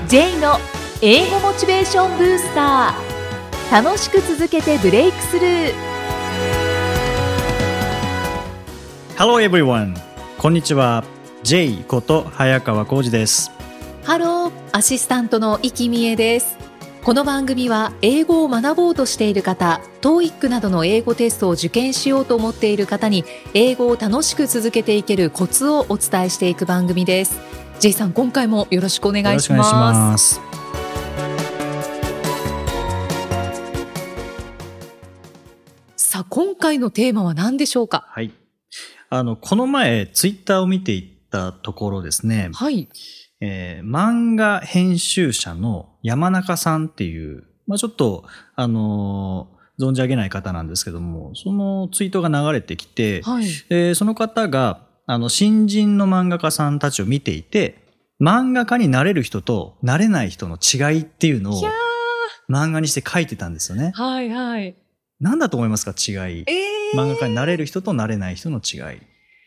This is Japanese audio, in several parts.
J の英語モチベーションブースター。楽しく続けてブレイクスルー。 Hello everyone! こんにちは。 J こと早川浩二です。 ハロー、アシスタントの生きみえです。この番組は英語を学ぼうとしている方、TOEIC などの英語テストを受験しようと思っている方に英語を楽しく続けていけるコツをお伝えしていく番組です。 J さん、今回もよろしくお願いします。 よろしくお願いします。 さあ、今回のテーマは何でしょうか？ はい。この前ツイッターを見ていったところですね、 はい。 漫画編集者の山中さんっていう、ちょっと、存じ上げない方なんですけども、そのツイートが流れてきて、 はい。 その方が、新人の漫画家さんたちを見ていて、漫画家になれる人となれない人の違いっていうのを漫画にして書いてたんですよね。 はいはい。 何だと思いますか、違い。漫画家になれる人となれない人の違い。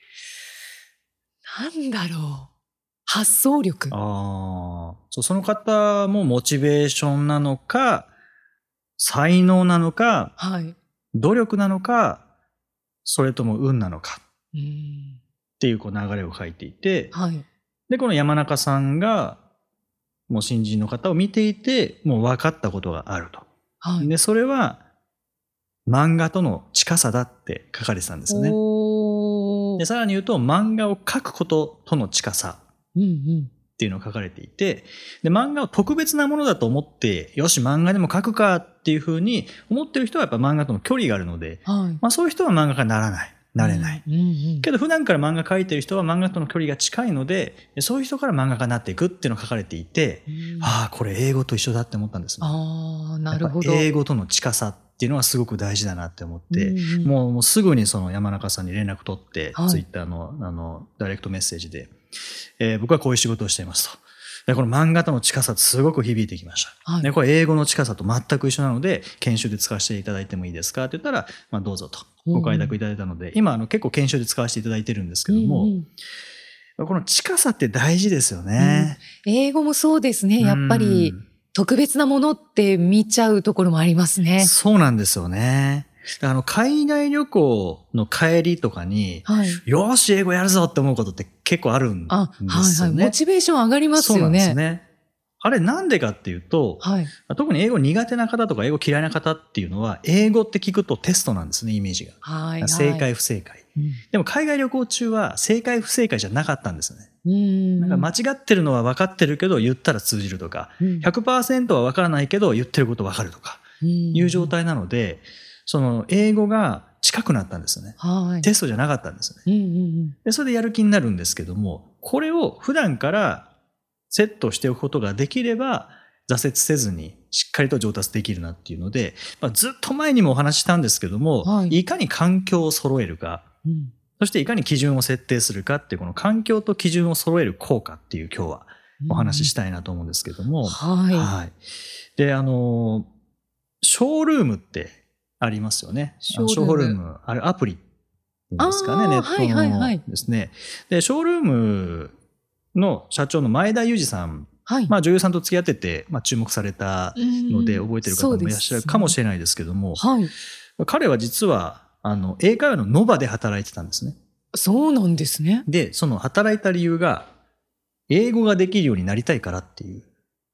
なんだろう。発想力。 その方もモチベーションなのか、才能なのか、 はい。 努力なのか、それとも運なのかっていう流れを書いていて、 はい。 で、この山中さんがもう新人の方を見ていて、もう分かったことがあると。 はい。 で、それは漫画との近さだって書かれてたんですよね。で、さらに言うと、漫画を描くこととの近さっていうのを書かれていて、で、漫画を特別なものだと思って、よし、漫画でも描くかっていうふうに思ってる人はやっぱ漫画との距離があるので、 はい。 そういう人は漫画家にならない。なれない。けど普段から漫画描いてる人は漫画との距離が近いので、そういう人から漫画家になっていくっていうのが書かれていて、これ英語と一緒だって思ったんですよ。 なるほど。 英語との近さっていうのはすごく大事だなって思って、もうすぐにその山中さんに連絡取って、ツイッターのダイレクトメッセージで、僕はこういう仕事をしていますと。で、この漫画との近さってすごく響いてきました。で、これ英語の近さと全く一緒なので、研修で使わせていただいてもいいですかって言ったら、どうぞとご快諾いただいたので、今結構研修で使わせていただいてるんですけども、この近さって大事ですよね。 英語もそうですね。やっぱり特別なものって見ちゃうところもありますね。 そうなんですよね。海外旅行の帰りとかに、よーし、英語やるぞって思うことって結構あるんですよね。 モチベーション上がりますよね。 そうなんですね。あれなんでかっていうと、特に英語苦手な方とか英語嫌いな方っていうのは、英語って聞くとテストなんですね、イメージが。正解不正解。でも海外旅行中は正解不正解じゃなかったんですね。なんか間違ってるのは分かってるけど言ったら通じるとか、100% は分からないけど言ってること分かるとかいう状態なので、その英語が近くなったんですよね。テストじゃなかったんですね。で、それでやる気になるんですけども、これを普段からセットしておくことができれば挫折せずにしっかりと上達できるなっていうので、ずっと前にもお話ししたんですけども、いかに環境を揃えるか、そしていかに基準を設定するかっていうこの環境と基準を揃える効果っていう今日はお話ししたいなと思うんですけども、で、ショールームってありますよね。ショールーム、あれアプリですかね、ネットのですね。で、ショールームの社長の前田裕二さん、女優さんと付き合ってて、注目されたので覚えてる方もいらっしゃるかもしれないですけども、彼は実は英会話のノバで働いてたんですね。 そうなんですね。 で、その働いた理由が英語ができるようになりたいからっていう。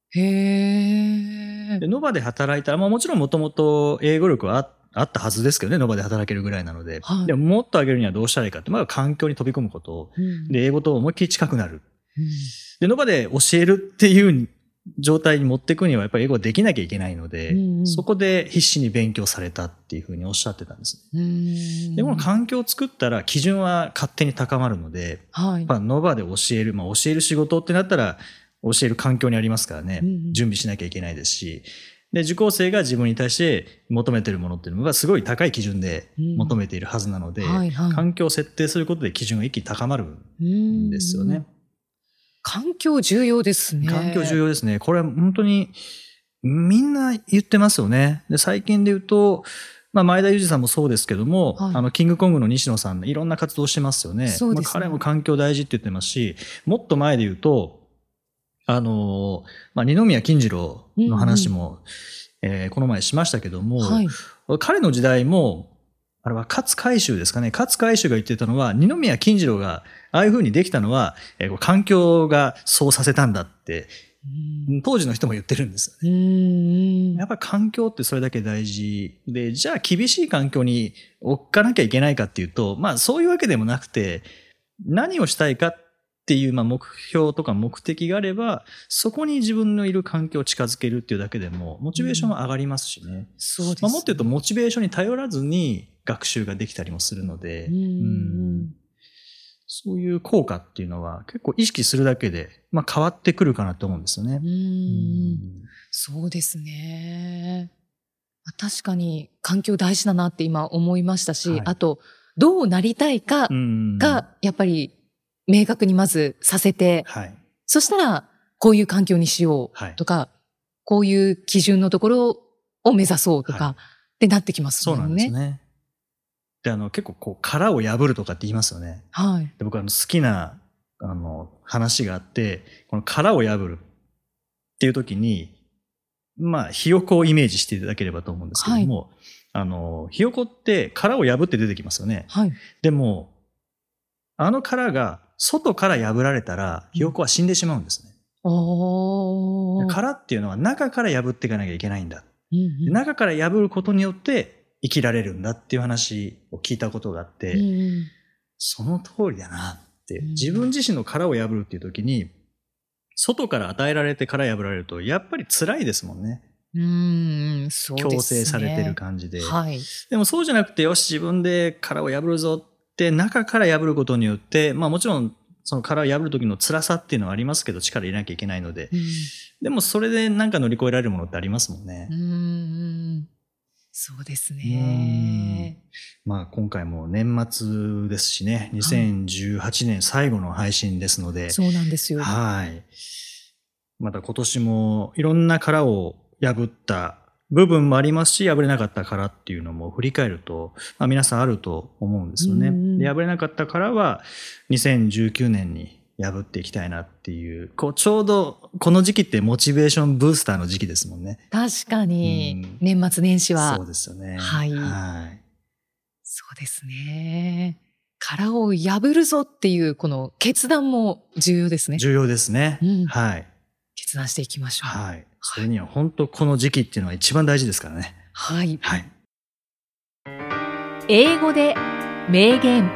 で、ノバで働いたら、もちろんもともと英語力はあったはずですけどね、ノバで働けるぐらいなので。でももっと上げるにはどうしたらいいかって、環境に飛び込むこと、で、英語と思いっきり近くなる。で、ノバで教えるっていう状態に持っていくにはやっぱり英語ができなきゃいけないので、そこで必死に勉強されたっていうふうにおっしゃってたんです。で、この環境を作ったら基準は勝手に高まるので、ノバで教える、教える仕事ってなったら教える環境にありますからね、準備しなきゃいけないですし、で、受講生が自分に対して求めているものっていうのがすごい高い基準で求めているはずなので、環境を設定することで基準が一気に高まるんですよね。 環境重要ですね。 環境重要ですね。これは本当にみんな言ってますよね。で、最近で言うと、前田裕二さんもそうですけども、キングコングの西野さんいろんな活動してますよね。彼も環境大事って言ってますし、もっと前で言うと二宮金次郎の話も、この前しましたけども、はい、彼の時代も、あれは勝海舟ですかね。勝海舟が言ってたのは、二宮金次郎がああいう風にできたのは、環境がそうさせたんだって、当時の人も言ってるんですよね。やっぱり環境ってそれだけ大事で、じゃあ厳しい環境に置かなきゃいけないかっていうと、そういうわけでもなくて、何をしたいかっていう目標とか目的があれば、そこに自分のいる環境を近づけるっていうだけでもモチベーションは上がりますしね。そうですね。もっと言うとモチベーションに頼らずに学習ができたりもするので、そういう効果っていうのは結構意識するだけで、変わってくるかなと思うんですよね。 そうですね。確かに環境大事だなって今思いましたし、はい、あとどうなりたいかがやっぱり明確にまずさせて、はい、そしたらこういう環境にしようとか、はい、こういう基準のところを目指そうとか、はい、ってなってきますもんね。そうなんですね。 で、結構殻を破るとかって言いますよね。はい。で、僕好きな、話があって、この殻を破るっていう時に、ひよこをイメージしていただければと思うんですけども、はい、ひよこって殻を破って出てきますよね。はい。でも、殻が外から破られたら、ひよこは死んでしまうんですね。殻っていうのは中から破っていかなきゃいけないんだ。中から破ることによって生きられるんだっていう話を聞いたことがあって、その通りだなって、自分自身の殻を破るっていう時に、外から与えられて殻破られると、やっぱり辛いですもんね。そうですね。強制されてる感じで。はい。でもそうじゃなくて、よし、自分で殻を破るぞって中から破ることによって、もちろんその殻を破る時の辛さっていうのはありますけど、力入れなきゃいけないので、でもそれでなんか乗り越えられるものってありますもんね。 そうですね。 今回も年末ですしね、2018年最後の配信ですので、はい、 そうなんですよ。 はい。また今年もいろんな殻を破った部分もありますし、破れなかった殻っていうのも振り返ると、皆さんあると思うんですよね。で、破れなかった殻は2019年に破っていきたいなっていう、ちょうどこの時期ってモチベーションブースターの時期ですもんね。 確かに、年末年始は。 そうですよね。 はい。はい。そうですね。殻を破るぞっていうこの決断も重要ですね。 重要ですね。はい。 決断していきましょう。 はい。それには本当この時期っていうのは一番大事ですからね。 はい。 はい。 英語で名言。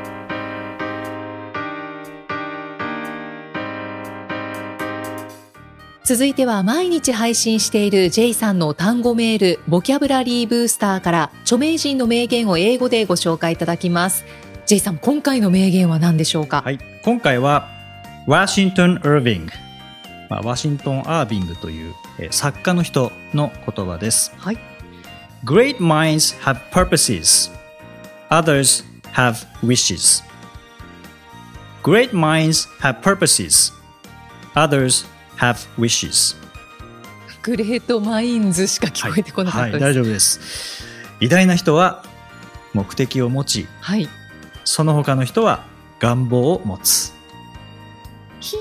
続いては毎日配信している J さんの単語メールボキャブラリーブースターから著名人の名言を英語でご紹介いただきます。 J さん、今回の名言は何でしょうか？ はい、今回はワシントン・アービング、ワシントン・アービングという作家の人の言葉です。 はい。 Great minds have purposes. Others have wishes. Great minds have purposes. Others have wishes. グレートマインズしか聞こえてこなかったです。 はい、大丈夫です。偉大な人は目的を持ち、はい、その他の人は願望を持つ。 い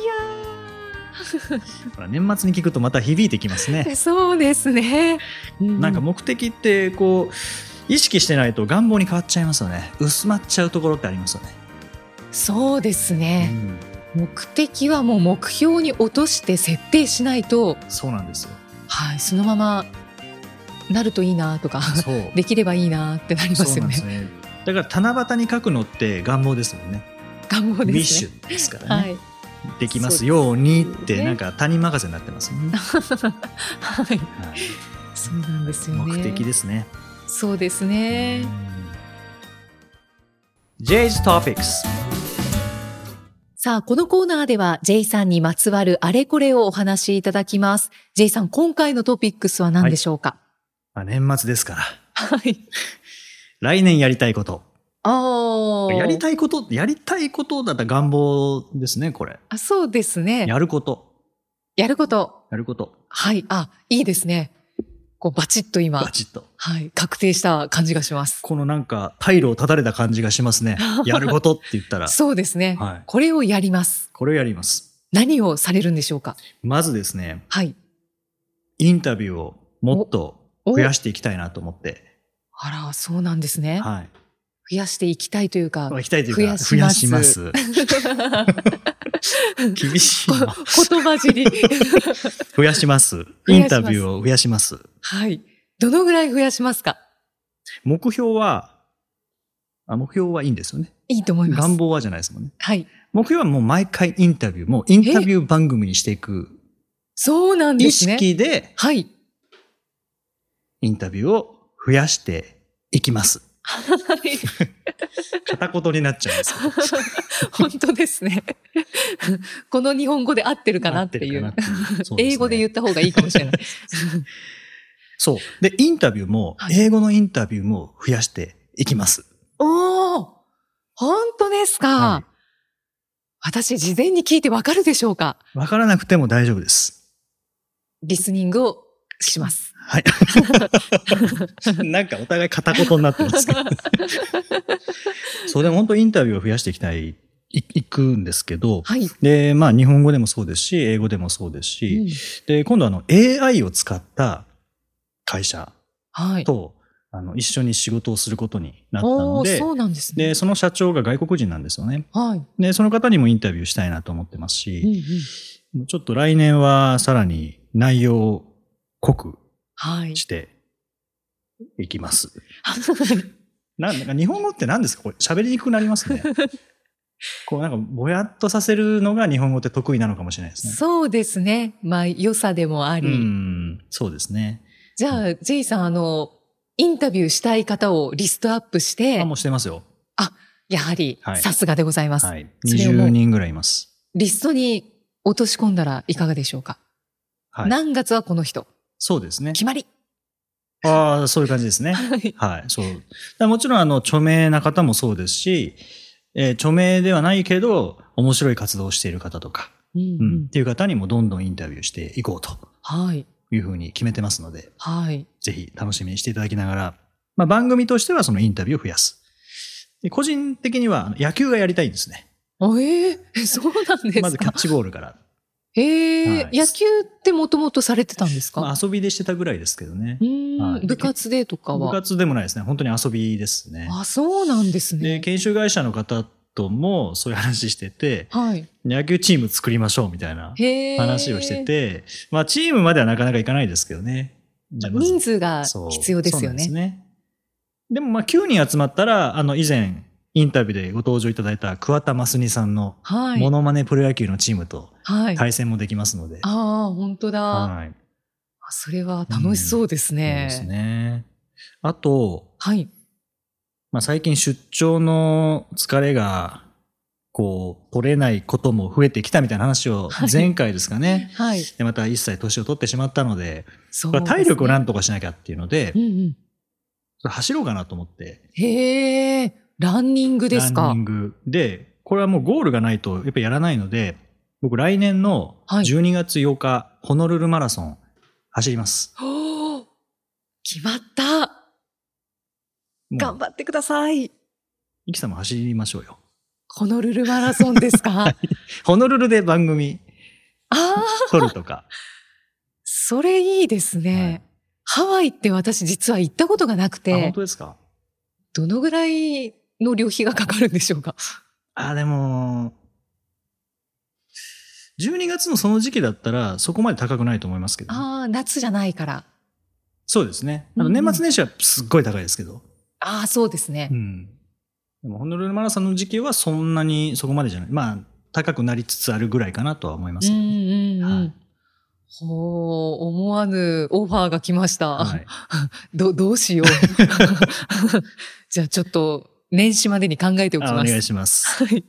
や年末に聞くとまた響いてきますね。 そうですね。 なんか目的って意識してないと願望に変わっちゃいますよね。薄まっちゃうところってありますよね。 そうですね。目的はもう目標に落として設定しないと。 そうなんですよ。 はい、そのままなるといいなとかできればいいなってなりますよね。 そうなんですね。だから七夕に書くのって願望ですもんね。 願望ですね。 ウィッシュですからね。はい、できますようにってなんか他人任せになってますもんね。 はい、そうなんですよね。 目的ですね。 そうですね。 J's Topics。 さあ、このコーナーでは J さんにまつわるあれこれをお話しいただきます。J さん、今回のトピックスは何でしょうか？ はい、年末ですから。 はい。 来年やりたいこと。 やりたいことだったら願望ですね、これ。 そうですね。 やること。 はい。いいですね。バチッと今。 バチッと。 はい。確定した感じがします。 このなんか、退路を断たれた感じがしますね。やることって言ったら。 そうですね。はい。これをやります。 何をされるんでしょうか？ まずですね、 はい。 インタビューをもっと増やしていきたいなと思って。 あら、そうなんですね。 はい。 増やしていきたいというか、 増やします。厳しいな。 言葉尻。 増やします。インタビューを増やします。 はい。どのぐらい増やしますか？目標はいいんですよね。 いいと思います。 願望はじゃないですもんね。 はい。 目標はもう毎回インタビュー、もうインタビュー番組にしていく。 そうなんですね。 意識で、 はい。 インタビューを増やしていきます。 はい。 片言になっちゃうんです本当ですね。この日本語で合ってるかなっていう。英語で言った方がいいかもしれない。 そう。で、インタビューも、英語のインタビューも増やしていきます。 おー、本当ですか、はい、私、事前に聞いてわかるでしょうか？ わからなくても大丈夫です。 リスニングをします。 はい。なんかお互い片言になってますけど。そうでも本当インタビューを増やしていくんですけど、 はい、 で、まあ日本語でもそうですし、英語でもそうですし、で、今度AI を使った会社と、一緒に仕事をすることになったので、 そうなんですね。 で、その社長が外国人なんですよね。 はい。 で、その方にもインタビューしたいなと思ってますし、ちょっと来年はさらに内容を濃くしていきます。なんか日本語って何ですか？これ喋りにくくなりますね。こうなんかぼやっとさせるのが日本語って得意なのかもしれないですね。 そうですね。まあ良さでもあり。 そうですね。 じゃあ、ジェイさん、インタビューしたい方をリストアップして。 もうしてますよ。 やはり、さすがでございます。 はい。20人ぐらいいます。 リストに落とし込んだらいかがでしょうか？はい。何月はこの人。 そうですね。 決まり。 そういう感じですね。はい。そう。もちろん、著名な方もそうですし、著名ではないけど、面白い活動をしている方とか、っていう方にもどんどんインタビューしていこうと。はい。いうふうに決めてますので、はい。ぜひ楽しみにしていただきながら、まあ番組としてはそのインタビューを増やす。で個人的には野球がやりたいんですね。 そうなんですか？ まずキャッチボールから。はい 、野球ってもともとされてたんですか？ 遊びでしてたぐらいですけどね。 部活でとかは？ 部活でもないですね。本当に遊びですね。 そうなんですね。 で、研修会社の方ともそういう話してて、はい、野球チーム作りましょうみたいな話をしてて、まあチームまではなかなかいかないですけどね。 人数が必要ですよね。そうですね。 でもまあ9人集まったら、以前インタビューでご登場いただいた桑田真澄さんのモノマネプロ野球のチームと対戦もできますので。 本当だ。はい。それは楽しそうですね。 そうですね。あと、はい。まあ最近出張の疲れが、取れないことも増えてきたみたいな話を前回ですかね。はい。で、また一切年を取ってしまったので、体力をなんとかしなきゃっていうので、走ろうかなと思って。 へー。ランニングですか？ ランニングで、これはもうゴールがないとやっぱりやらないので、僕来年の12月8日、ホノルルマラソン走ります。 決まった。頑張ってください。 イキさんも走りましょうよ。 ホノルルマラソンですか？ ホノルルで番組撮るとか。 それいいですね。ハワイって私実は行ったことがなくて。 本当ですか？ どのぐらいの旅費がかかるんでしょうか？ でも、12月のその時期だったらそこまで高くないと思いますけど、 ね。夏じゃないから。 そうですね。年末年始はすっごい高いですけど。 そうですね。 でもホノルルマラソンの時期はそんなにそこまでじゃない。まあ、高くなりつつあるぐらいかなとは思いますけど。 思わぬオファーが来ました。はい、どうしよう。じゃあちょっと年始までに考えておきます。 お願いします。はい。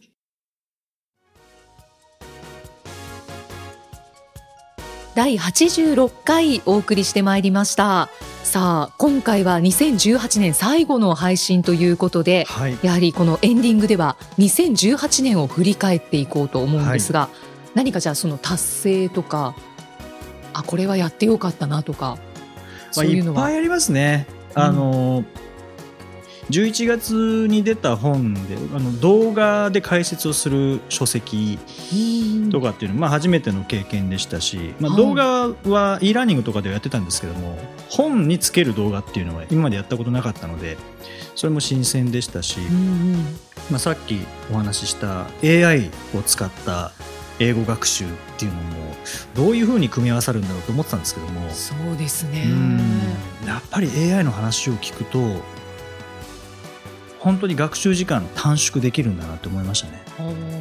第86回お送りしてまいりました。さあ今回は2018年最後の配信ということで、はい、やはりこのエンディングでは2018年を振り返っていこうと思うんですが、何かじゃあその達成とかこれはやってよかったなとか、そういうのは、 いっぱいありますね。 11月に出た本で動画で解説をする書籍とかっていうのは、初めての経験でしたし、動画は e ラーニングとかではやってたんですけども、本につける動画っていうのは今までやったことなかったので、それも新鮮でしたし、さっきお話しした AI を使った英語学習っていうのもどういうふうに組み合わさるんだろうと思ってたんですけども、 そうですね、 やっぱり AI の話を聞くと本当に学習時間短縮できるんだなって思いましたね。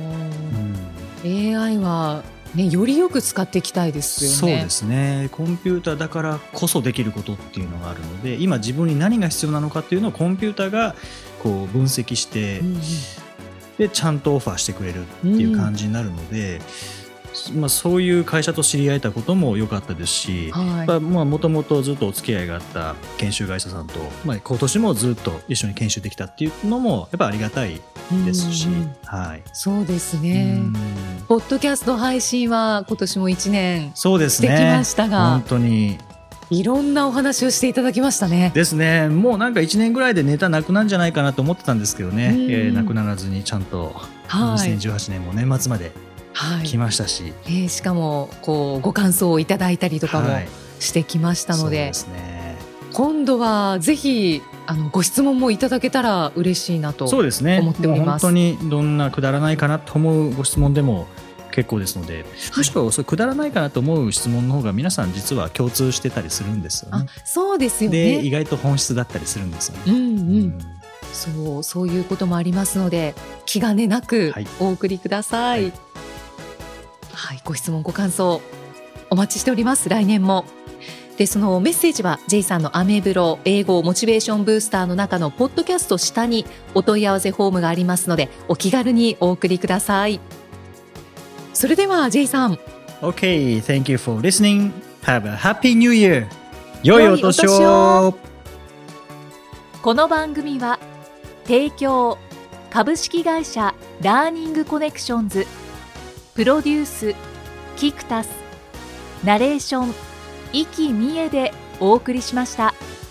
AI は、よりよく使っていきたいですよね。 そうですね。コンピューターだからこそできることっていうのがあるので、今自分に何が必要なのかっていうのをコンピューターがこう分析して、でちゃんとオファーしてくれるっていう感じになるので、そういう会社と知り合えたことも良かったですし、もともとずっとお付き合いがあった研修会社さんと、今年もずっと一緒に研修できたっていうのもやっぱありがたいですし、 そうですね。ポッドキャスト配信は今年も1年そうですね、 できましたが、 本当にいろんなお話をしていただきましたね。 ですね。もうなんか1年ぐらいでネタなくなんじゃないかなと思ってたんですけどね、なくならずにちゃんと2018年も年末まで来ましたし、 しかもご感想をいただいたりとかもしてきましたので、今度はぜひご質問もいただけたら嬉しいなと思っております。そうですね。 本当にどんなくだらないかなと思うご質問でも結構ですので、むしろそれくだらないかなと思う質問の方が皆さん実は共通してたりするんですよね。 そうですよね。 で意外と本質だったりするんですよね。 そういうこともありますので、気兼ねなくお送りください。ご質問ご感想お待ちしております。来年も。でそのメッセージは J さんのアメブロ英語モチベーションブースターの中のポッドキャスト下にお問い合わせフォームがありますので、お気軽にお送りください。それでは J さん、 OK, thank you for listening. Have a happy new year. 良いお年を。 この番組は提供株式会社ラーニングコネクションズ、プロデュースキクタス、ナレーション生きみえでお送りしました。